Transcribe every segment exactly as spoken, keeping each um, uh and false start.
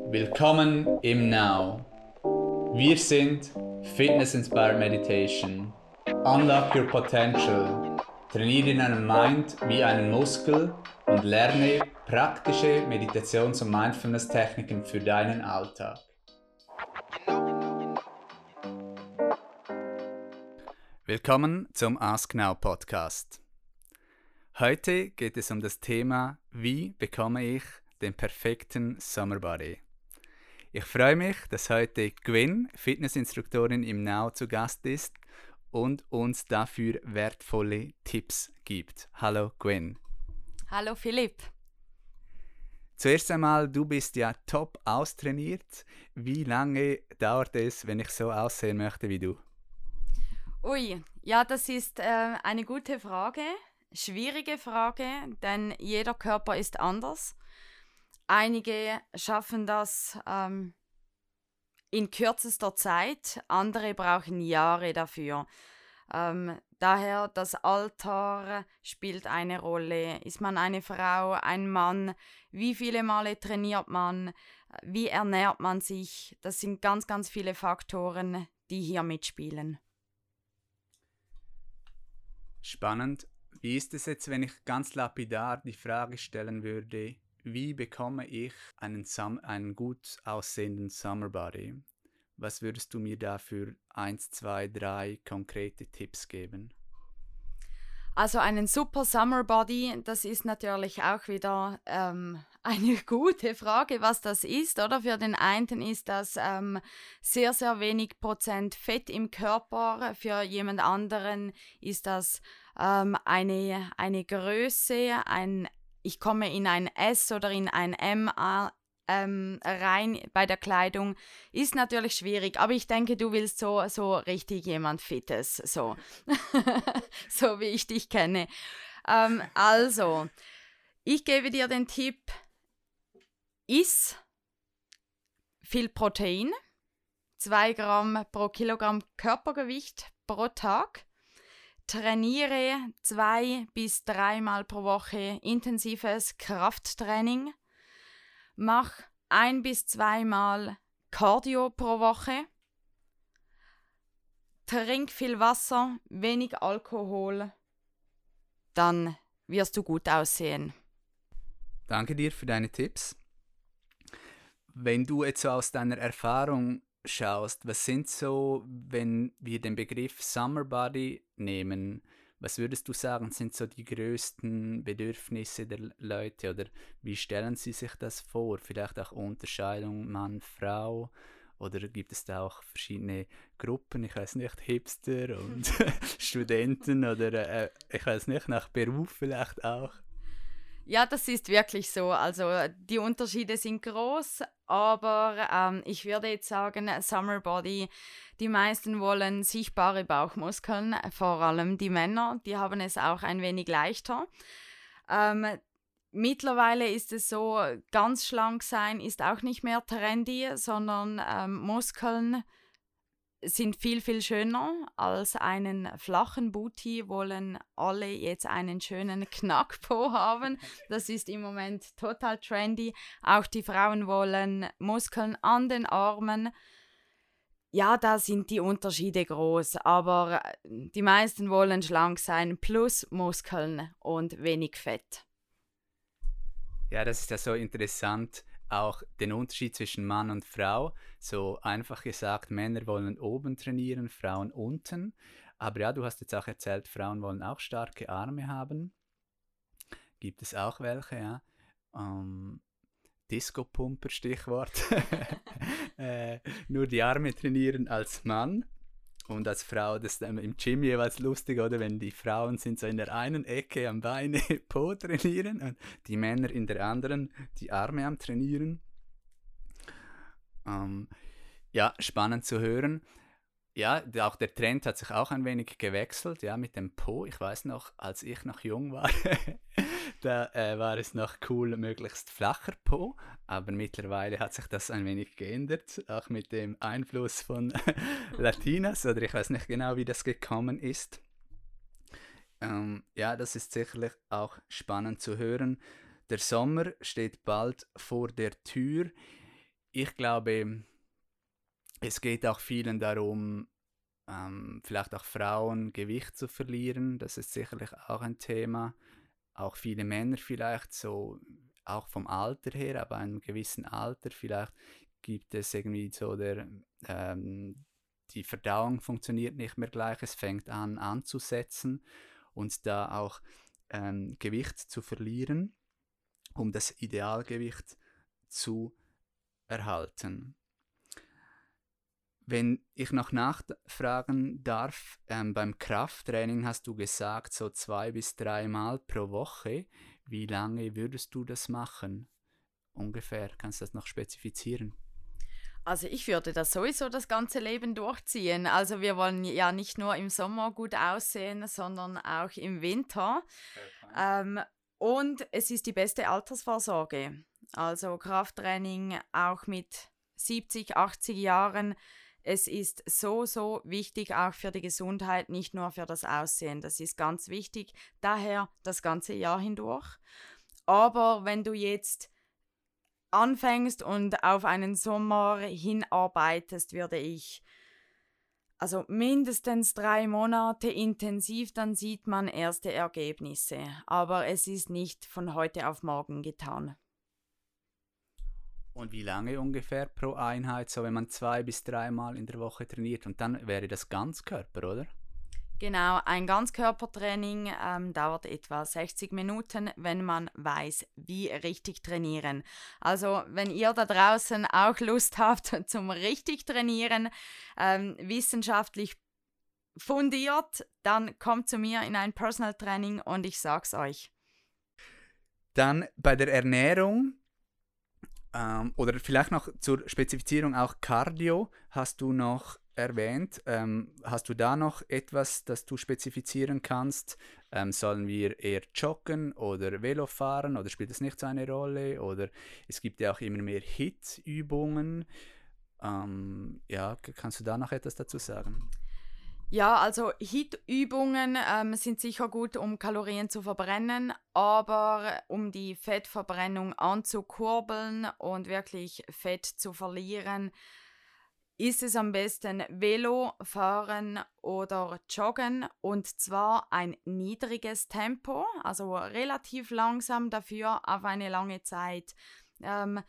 Willkommen im Now. Wir sind Fitness Inspired Meditation. Unlock your potential. Trainiere deinen Mind wie einen Muskel und lerne praktische Meditations- und Mindfulness-Techniken für deinen Alltag. Willkommen zum Ask Now Podcast. Heute geht es um das Thema, wie bekomme ich den perfekten Summer Body. Ich freue mich, dass heute Gwen, Fitnessinstruktorin im Now, zu Gast ist und uns dafür wertvolle Tipps gibt. Hallo Gwen. Hallo Philipp. Zuerst einmal, du bist ja top austrainiert. Wie lange dauert es, wenn ich so aussehen möchte wie du? Ui, ja, das ist äh, eine gute Frage, schwierige Frage, denn jeder Körper ist anders. Einige schaffen das ähm, in kürzester Zeit, andere brauchen Jahre dafür. Ähm, daher das Alter spielt eine Rolle. Ist man eine Frau, ein Mann? Wie viele Male trainiert man? Wie ernährt man sich? Das sind ganz, ganz viele Faktoren, die hier mitspielen. Spannend. Wie ist es jetzt, wenn ich ganz lapidar die Frage stellen würde, wie bekomme ich einen, Sum- einen gut aussehenden Summer Body? Was würdest du mir da für eins, zwei, drei konkrete Tipps geben? Also einen super Summer Body, das ist natürlich auch wieder ähm, eine gute Frage, was das ist, oder? Für den einen ist das ähm, sehr, sehr wenig Prozent Fett im Körper, für jemand anderen ist das ähm, eine, eine Größe, ein, ich komme in ein S oder in ein M ähm, rein bei der Kleidung, ist natürlich schwierig, aber ich denke, du willst so, so richtig jemand Fittes, so. So wie ich dich kenne. Ähm, also, ich gebe dir den Tipp, iss viel Protein, zwei Gramm pro Kilogramm Körpergewicht pro Tag. Trainiere zwei bis dreimal pro Woche intensives Krafttraining. Mach ein bis zweimal Cardio pro Woche. Trink viel Wasser, wenig Alkohol. Dann wirst du gut aussehen. Danke dir für deine Tipps. Wenn du jetzt so aus deiner Erfahrung schaust, was sind so, wenn wir den Begriff Summer Body nehmen, was würdest du sagen, sind so die größten Bedürfnisse der Leute oder wie stellen sie sich das vor? Vielleicht auch Unterscheidung Mann, Frau oder gibt es da auch verschiedene Gruppen, ich weiß nicht, Hipster und Studenten oder äh, ich weiß nicht, nach Beruf vielleicht auch? Ja, das ist wirklich so. Also die Unterschiede sind groß, aber ähm, ich würde jetzt sagen, Summer Body, die meisten wollen sichtbare Bauchmuskeln, vor allem die Männer, die haben es auch ein wenig leichter. Ähm, mittlerweile ist es so, ganz schlank sein ist auch nicht mehr trendy, sondern ähm, Muskeln sind viel, viel schöner als einen flachen Booty, wollen alle jetzt einen schönen Knackpo haben. Das ist im Moment total trendy. Auch die Frauen wollen Muskeln an den Armen. Ja, da sind die Unterschiede groß, aber die meisten wollen schlank sein, plus Muskeln und wenig Fett. Ja, das ist ja so interessant, auch den Unterschied zwischen Mann und Frau. So einfach gesagt, Männer wollen oben trainieren, Frauen unten. Aber ja, du hast jetzt auch erzählt, Frauen wollen auch starke Arme haben. Gibt es auch welche, ja. Ähm, Disco-Pumper, Stichwort. äh, nur die Arme trainieren als Mann. Und als Frau, das ist im Gym jeweils lustig, oder? Wenn die Frauen sind so in der einen Ecke am Beine Po trainieren und die Männer in der anderen die Arme am Trainieren. Ähm, ja, spannend zu hören. Ja, auch der Trend hat sich auch ein wenig gewechselt, ja, mit dem Po. Ich weiß noch, als ich noch jung war, da äh, war es noch cool, möglichst flacher Po, aber mittlerweile hat sich das ein wenig geändert, auch mit dem Einfluss von Latinas, oder ich weiß nicht genau, wie das gekommen ist. Ähm, ja, das ist sicherlich auch spannend zu hören. Der Sommer steht bald vor der Tür. ich glaube, es geht auch vielen darum, ähm, vielleicht auch Frauen Gewicht zu verlieren. Das ist sicherlich auch ein Thema. Auch viele Männer vielleicht so, auch vom Alter her, aber einem gewissen Alter vielleicht gibt es irgendwie so der, ähm, die Verdauung funktioniert nicht mehr gleich, es fängt an anzusetzen und da auch ähm, Gewicht zu verlieren, um das Idealgewicht zu erhalten. Wenn ich noch nachfragen darf, ähm, beim Krafttraining hast du gesagt, so zwei bis dreimal pro Woche. Wie lange würdest du das machen? Ungefähr, kannst du das noch spezifizieren? Also ich würde das sowieso das ganze Leben durchziehen. Also wir wollen ja nicht nur im Sommer gut aussehen, sondern auch im Winter. Ähm, und es ist die beste Altersvorsorge. Also Krafttraining auch mit siebzig, achtzig Jahren. Es ist so, so wichtig auch für die Gesundheit, nicht nur für das Aussehen. Das ist ganz wichtig, daher das ganze Jahr hindurch. Aber wenn du jetzt anfängst und auf einen Sommer hinarbeitest, würde ich also mindestens drei Monate intensiv, dann sieht man erste Ergebnisse. Aber es ist nicht von heute auf morgen getan. Und wie lange ungefähr pro Einheit, so wenn man zwei bis dreimal in der Woche trainiert? Und dann wäre das Ganzkörper, oder? Genau, ein Ganzkörpertraining ähm, dauert etwa sechzig Minuten, wenn man weiß, wie richtig trainieren. Also wenn ihr da draußen auch Lust habt zum richtig trainieren, ähm, wissenschaftlich fundiert, dann kommt zu mir in ein Personal Training und ich sag's euch. Dann bei der Ernährung ähm, oder vielleicht noch zur Spezifizierung auch Cardio hast du noch erwähnt. Ähm, hast du da noch etwas, das du spezifizieren kannst? Ähm, sollen wir eher joggen oder Velo fahren oder spielt das nicht so eine Rolle? Oder es gibt ja auch immer mehr H I I T-Übungen. Ähm, ja, kannst du da noch etwas dazu sagen? Ja, also H I I T-Übungen ähm, sind sicher gut, um Kalorien zu verbrennen, aber um die Fettverbrennung anzukurbeln und wirklich Fett zu verlieren, ist es am besten Velo fahren oder joggen und zwar ein niedriges Tempo, also relativ langsam dafür auf eine lange Zeit. Ähm,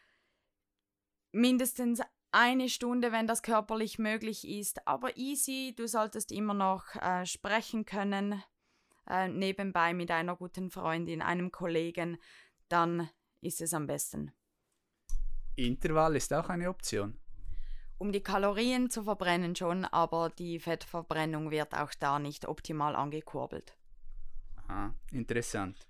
mindestens eine Stunde, wenn das körperlich möglich ist, aber easy, du solltest immer noch äh, sprechen können, äh, nebenbei mit einer guten Freundin, einem Kollegen, dann ist es am besten. Intervall ist auch eine Option. Um die Kalorien zu verbrennen schon, aber die Fettverbrennung wird auch da nicht optimal angekurbelt. Aha, interessant.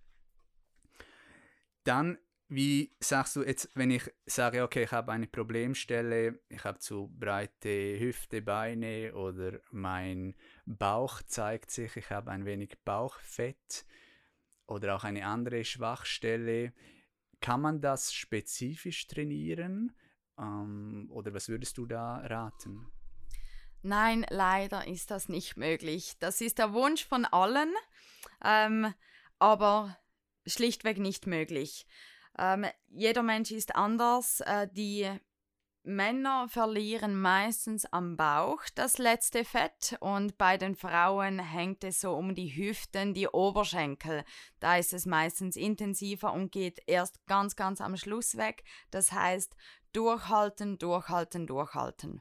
Dann, wie sagst du jetzt, wenn ich sage, okay, ich habe eine Problemstelle, ich habe zu breite Hüfte, Beine oder mein Bauch zeigt sich, ich habe ein wenig Bauchfett oder auch eine andere Schwachstelle. Kann man das spezifisch trainieren? Ähm, oder was würdest du da raten? Nein, leider ist das nicht möglich. Das ist der Wunsch von allen, ähm, aber schlichtweg nicht möglich. Ähm, jeder Mensch ist anders. Äh, die Männer verlieren meistens am Bauch das letzte Fett und bei den Frauen hängt es so um die Hüften, die Oberschenkel. Da ist es meistens intensiver und geht erst ganz, ganz am Schluss weg. Das heißt, durchhalten, durchhalten, durchhalten.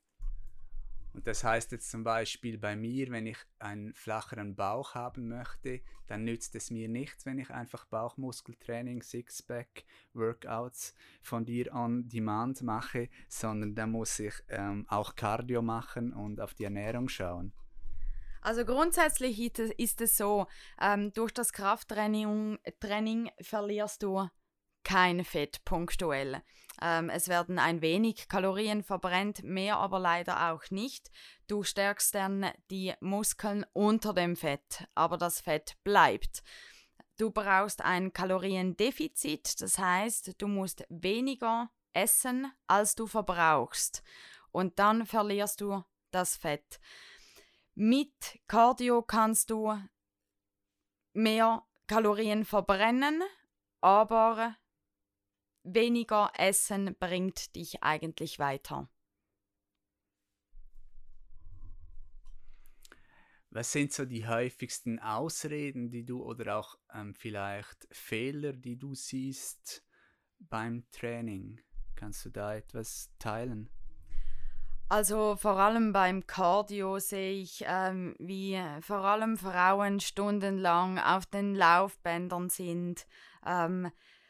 Und das heißt jetzt zum Beispiel bei mir, wenn ich einen flacheren Bauch haben möchte, dann nützt es mir nichts, wenn ich einfach Bauchmuskeltraining, Sixpack, Workouts von dir on Demand mache, sondern da muss ich ähm, auch Cardio machen und auf die Ernährung schauen. Also grundsätzlich ist es so, ähm, durch das Krafttraining Training verlierst du kein Fett punktuell. Ähm, es werden ein wenig Kalorien verbrennt, mehr aber leider auch nicht. Du stärkst dann die Muskeln unter dem Fett, aber das Fett bleibt. Du brauchst ein Kaloriendefizit, das heißt, du musst weniger essen, als du verbrauchst. Und dann verlierst du das Fett. Mit Cardio kannst du mehr Kalorien verbrennen, aber weniger Essen bringt dich eigentlich weiter. Was sind so die häufigsten Ausreden, die du oder auch ähm, vielleicht Fehler, die du siehst beim Training? Kannst du da etwas teilen? Also vor allem beim Cardio sehe ich, ähm, wie vor allem Frauen stundenlang auf den Laufbändern sind, ähm,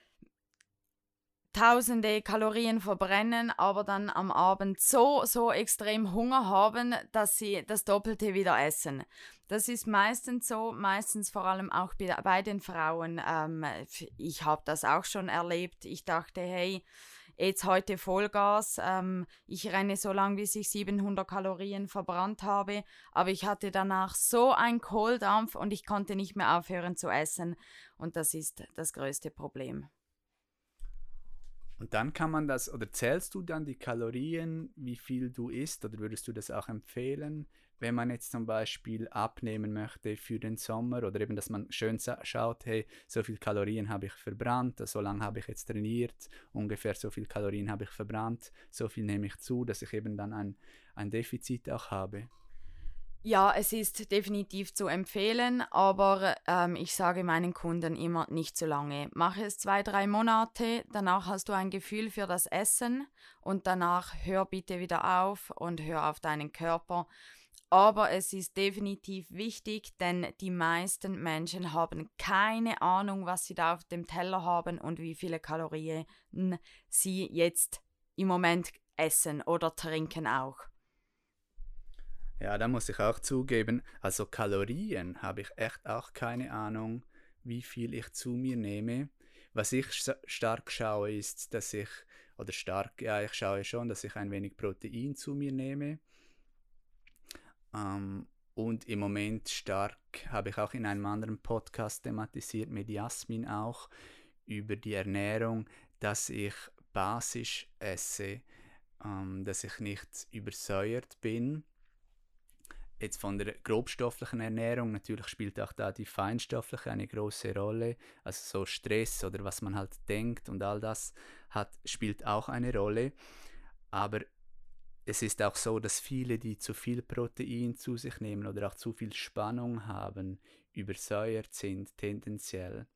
tausende Kalorien verbrennen, aber dann am Abend so, so extrem Hunger haben, dass sie das Doppelte wieder essen. Das ist meistens so, meistens vor allem auch bei, bei den Frauen. Ähm, ich habe das auch schon erlebt. Ich dachte, hey, jetzt heute Vollgas. Ähm, ich renne so lange, bis ich siebenhundert Kalorien verbrannt habe. Aber ich hatte danach so einen Kohldampf und ich konnte nicht mehr aufhören zu essen. Und das ist das größte Problem. Und dann kann man das, oder zählst du dann die Kalorien, wie viel du isst, oder würdest du das auch empfehlen, wenn man jetzt zum Beispiel abnehmen möchte für den Sommer, oder eben, dass man schön schaut, hey, so viel Kalorien habe ich verbrannt, so lange habe ich jetzt trainiert, ungefähr so viel Kalorien habe ich verbrannt, so viel nehme ich zu, dass ich eben dann ein, ein Defizit auch habe. Ja, es ist definitiv zu empfehlen, aber ähm, ich sage meinen Kunden immer nicht zu lange. Mach es zwei, drei Monate, danach hast du ein Gefühl für das Essen und danach hör bitte wieder auf und hör auf deinen Körper. Aber es ist definitiv wichtig, denn die meisten Menschen haben keine Ahnung, was sie da auf dem Teller haben und wie viele Kalorien sie jetzt im Moment essen oder trinken auch. Ja, da muss ich auch zugeben, also Kalorien habe ich echt auch keine Ahnung, wie viel ich zu mir nehme. Was ich stark schaue, ist, dass ich, oder stark, ja, ich schaue schon, dass ich ein wenig Protein zu mir nehme. Ähm, und im Moment stark, habe ich auch in einem anderen Podcast thematisiert, mit Jasmin auch, über die Ernährung, dass ich basisch esse, ähm, dass ich nicht übersäuert bin. Jetzt von der grobstofflichen Ernährung, natürlich spielt auch da die feinstoffliche eine große Rolle, also so Stress oder was man halt denkt und all das hat, spielt auch eine Rolle, aber es ist auch so, dass viele, die zu viel Protein zu sich nehmen oder auch zu viel Spannung haben, übersäuert sind tendenziell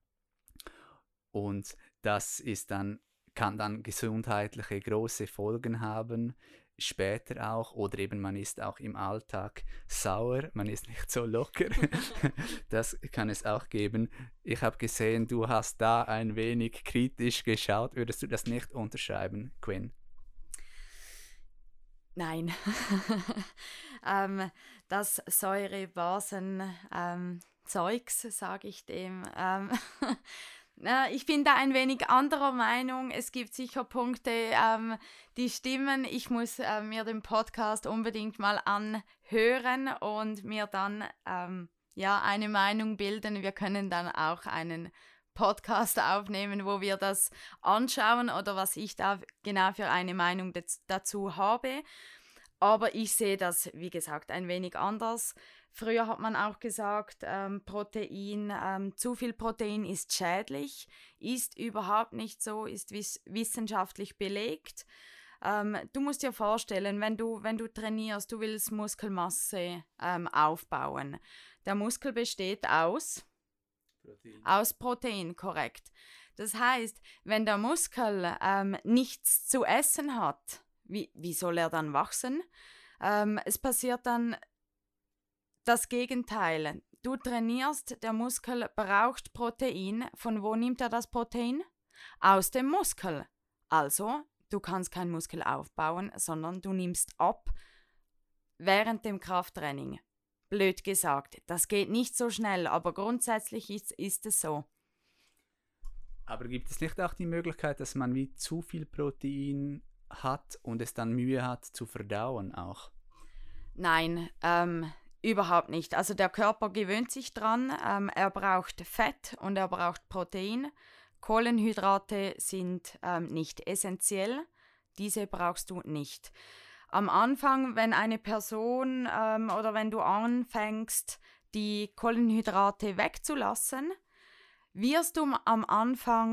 und das ist dann, kann dann gesundheitliche große Folgen haben, später auch, oder eben man ist auch im Alltag sauer, man ist nicht so locker. Das kann es auch geben. Ich habe gesehen, du hast da ein wenig kritisch geschaut. Würdest du das nicht unterschreiben, Quinn? Nein. ähm, das Säurebasen-Zeugs, ähm, sage ich dem. Ähm, Ich bin da ein wenig anderer Meinung. Es gibt sicher Punkte, ähm, die stimmen. Ich muss äh, mir den Podcast unbedingt mal anhören und mir dann ähm, ja, eine Meinung bilden. Wir können dann auch einen Podcast aufnehmen, wo wir das anschauen oder was ich da genau für eine Meinung dazu habe. Aber ich sehe das, wie gesagt, ein wenig anders. Früher hat man auch gesagt, ähm, Protein, ähm, zu viel Protein ist schädlich, ist überhaupt nicht so, ist wiss- wissenschaftlich belegt. Ähm, du musst dir vorstellen, wenn du, wenn du trainierst, du willst Muskelmasse ähm, aufbauen. Der Muskel besteht aus Protein. Aus Protein, korrekt. Das heißt, wenn der Muskel ähm, nichts zu essen hat, wie, wie soll er dann wachsen? Ähm, es passiert dann das Gegenteil. Du trainierst, der Muskel braucht Protein. Von wo nimmt er das Protein? Aus dem Muskel. Also, du kannst keinen Muskel aufbauen, sondern du nimmst ab während dem Krafttraining. Blöd gesagt, das geht nicht so schnell, aber grundsätzlich ist, ist es so. Aber gibt es nicht auch die Möglichkeit, dass man wie zu viel Protein hat und es dann Mühe hat zu verdauen auch? Nein, ähm, überhaupt nicht. Also der Körper gewöhnt sich dran, ähm, er braucht Fett und er braucht Protein. Kohlenhydrate sind ähm, nicht essentiell, diese brauchst du nicht. Am Anfang, wenn eine Person ähm, oder wenn du anfängst, die Kohlenhydrate wegzulassen, wirst du am Anfang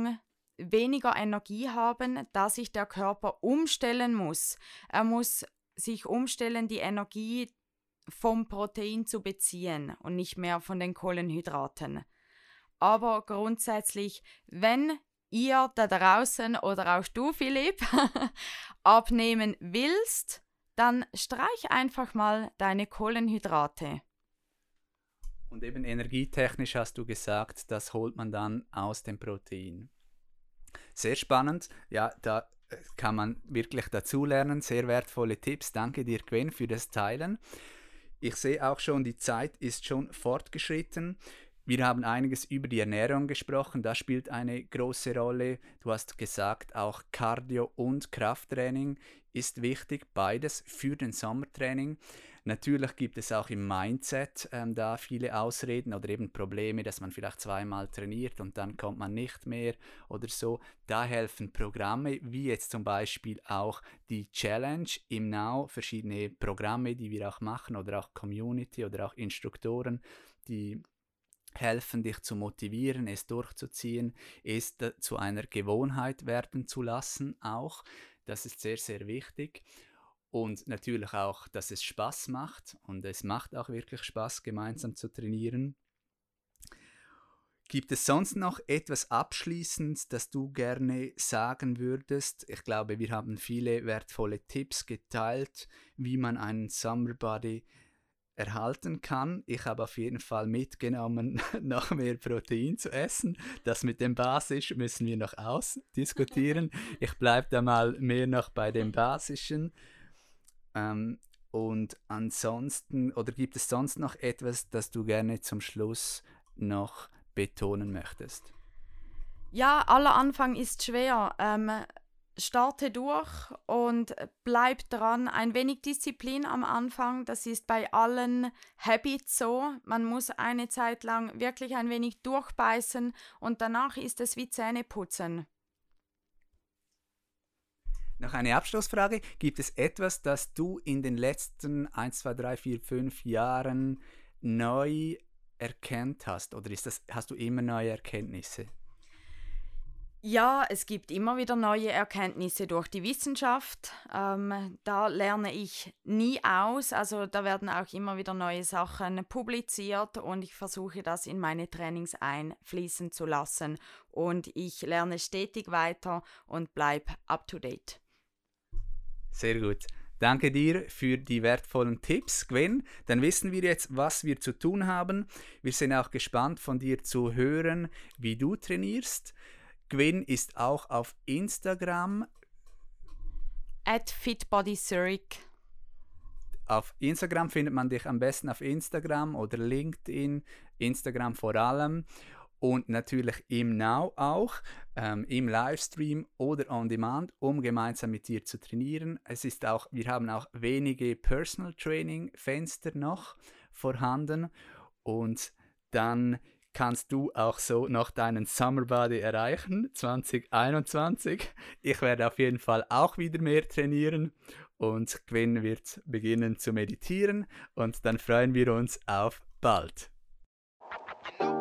weniger Energie haben, da sich der Körper umstellen muss. Er muss sich umstellen, die Energie vom Protein zu beziehen und nicht mehr von den Kohlenhydraten. Aber grundsätzlich, wenn ihr da draußen oder auch du, Philipp, abnehmen willst, dann streich einfach mal deine Kohlenhydrate. Und eben energietechnisch hast du gesagt, das holt man dann aus dem Protein. Sehr spannend. Ja, da kann man wirklich dazulernen. Sehr wertvolle Tipps. Danke dir, Gwen, für das Teilen. Ich sehe auch schon, die Zeit ist schon fortgeschritten. Wir haben einiges über die Ernährung gesprochen, das spielt eine große Rolle. Du hast gesagt, auch Cardio und Krafttraining ist wichtig, beides für den Sommertraining. Natürlich gibt es auch im Mindset ähm, da viele Ausreden oder eben Probleme, dass man vielleicht zweimal trainiert und dann kommt man nicht mehr oder so. Da helfen Programme wie jetzt zum Beispiel auch die Challenge im Now, verschiedene Programme, die wir auch machen oder auch Community oder auch Instruktoren, die helfen, dich zu motivieren, es durchzuziehen, es zu einer Gewohnheit werden zu lassen auch. Das ist sehr, sehr wichtig. Und natürlich auch, dass es Spaß macht. Und es macht auch wirklich Spaß, gemeinsam zu trainieren. Gibt es sonst noch etwas Abschließend, das du gerne sagen würdest? Ich glaube, wir haben viele wertvolle Tipps geteilt, wie man einen Summer Body erhalten kann. Ich habe auf jeden Fall mitgenommen, noch mehr Protein zu essen. Das mit dem Basisch müssen wir noch ausdiskutieren. Ich bleibe da mal mehr noch bei dem Basischen. Ähm, und ansonsten, oder gibt es sonst noch etwas, das du gerne zum Schluss noch betonen möchtest? Ja, aller Anfang ist schwer. Ähm, starte durch und bleib dran. Ein wenig Disziplin am Anfang, das ist bei allen Habits so. Man muss eine Zeit lang wirklich ein wenig durchbeißen und danach ist es wie Zähneputzen. Noch eine Abschlussfrage. Gibt es etwas, das du in den letzten eins, zwei, drei, vier, fünf Jahren neu erkannt hast? Oder ist das, hast du immer neue Erkenntnisse? Ja, es gibt immer wieder neue Erkenntnisse durch die Wissenschaft. Ähm, da lerne ich nie aus. Also da werden auch immer wieder neue Sachen publiziert und ich versuche das in meine Trainings einfließen zu lassen. Und ich lerne stetig weiter und bleibe up to date. Sehr gut. Danke dir für die wertvollen Tipps, Gwen. Dann wissen wir jetzt, was wir zu tun haben. Wir sind auch gespannt, von dir zu hören, wie du trainierst. Gwen ist auch auf Instagram. At fitbodysuric. Auf Instagram findet man dich am besten auf Instagram oder LinkedIn, Instagram vor allem. Und natürlich im Now auch, ähm, im Livestream oder on Demand, um gemeinsam mit dir zu trainieren. Es ist auch, wir haben auch wenige Personal Training Fenster noch vorhanden und dann kannst du auch so noch deinen Summer Body erreichen, zwanzig einundzwanzig. Ich werde auf jeden Fall auch wieder mehr trainieren und Gwen wird beginnen zu meditieren und dann freuen wir uns auf bald.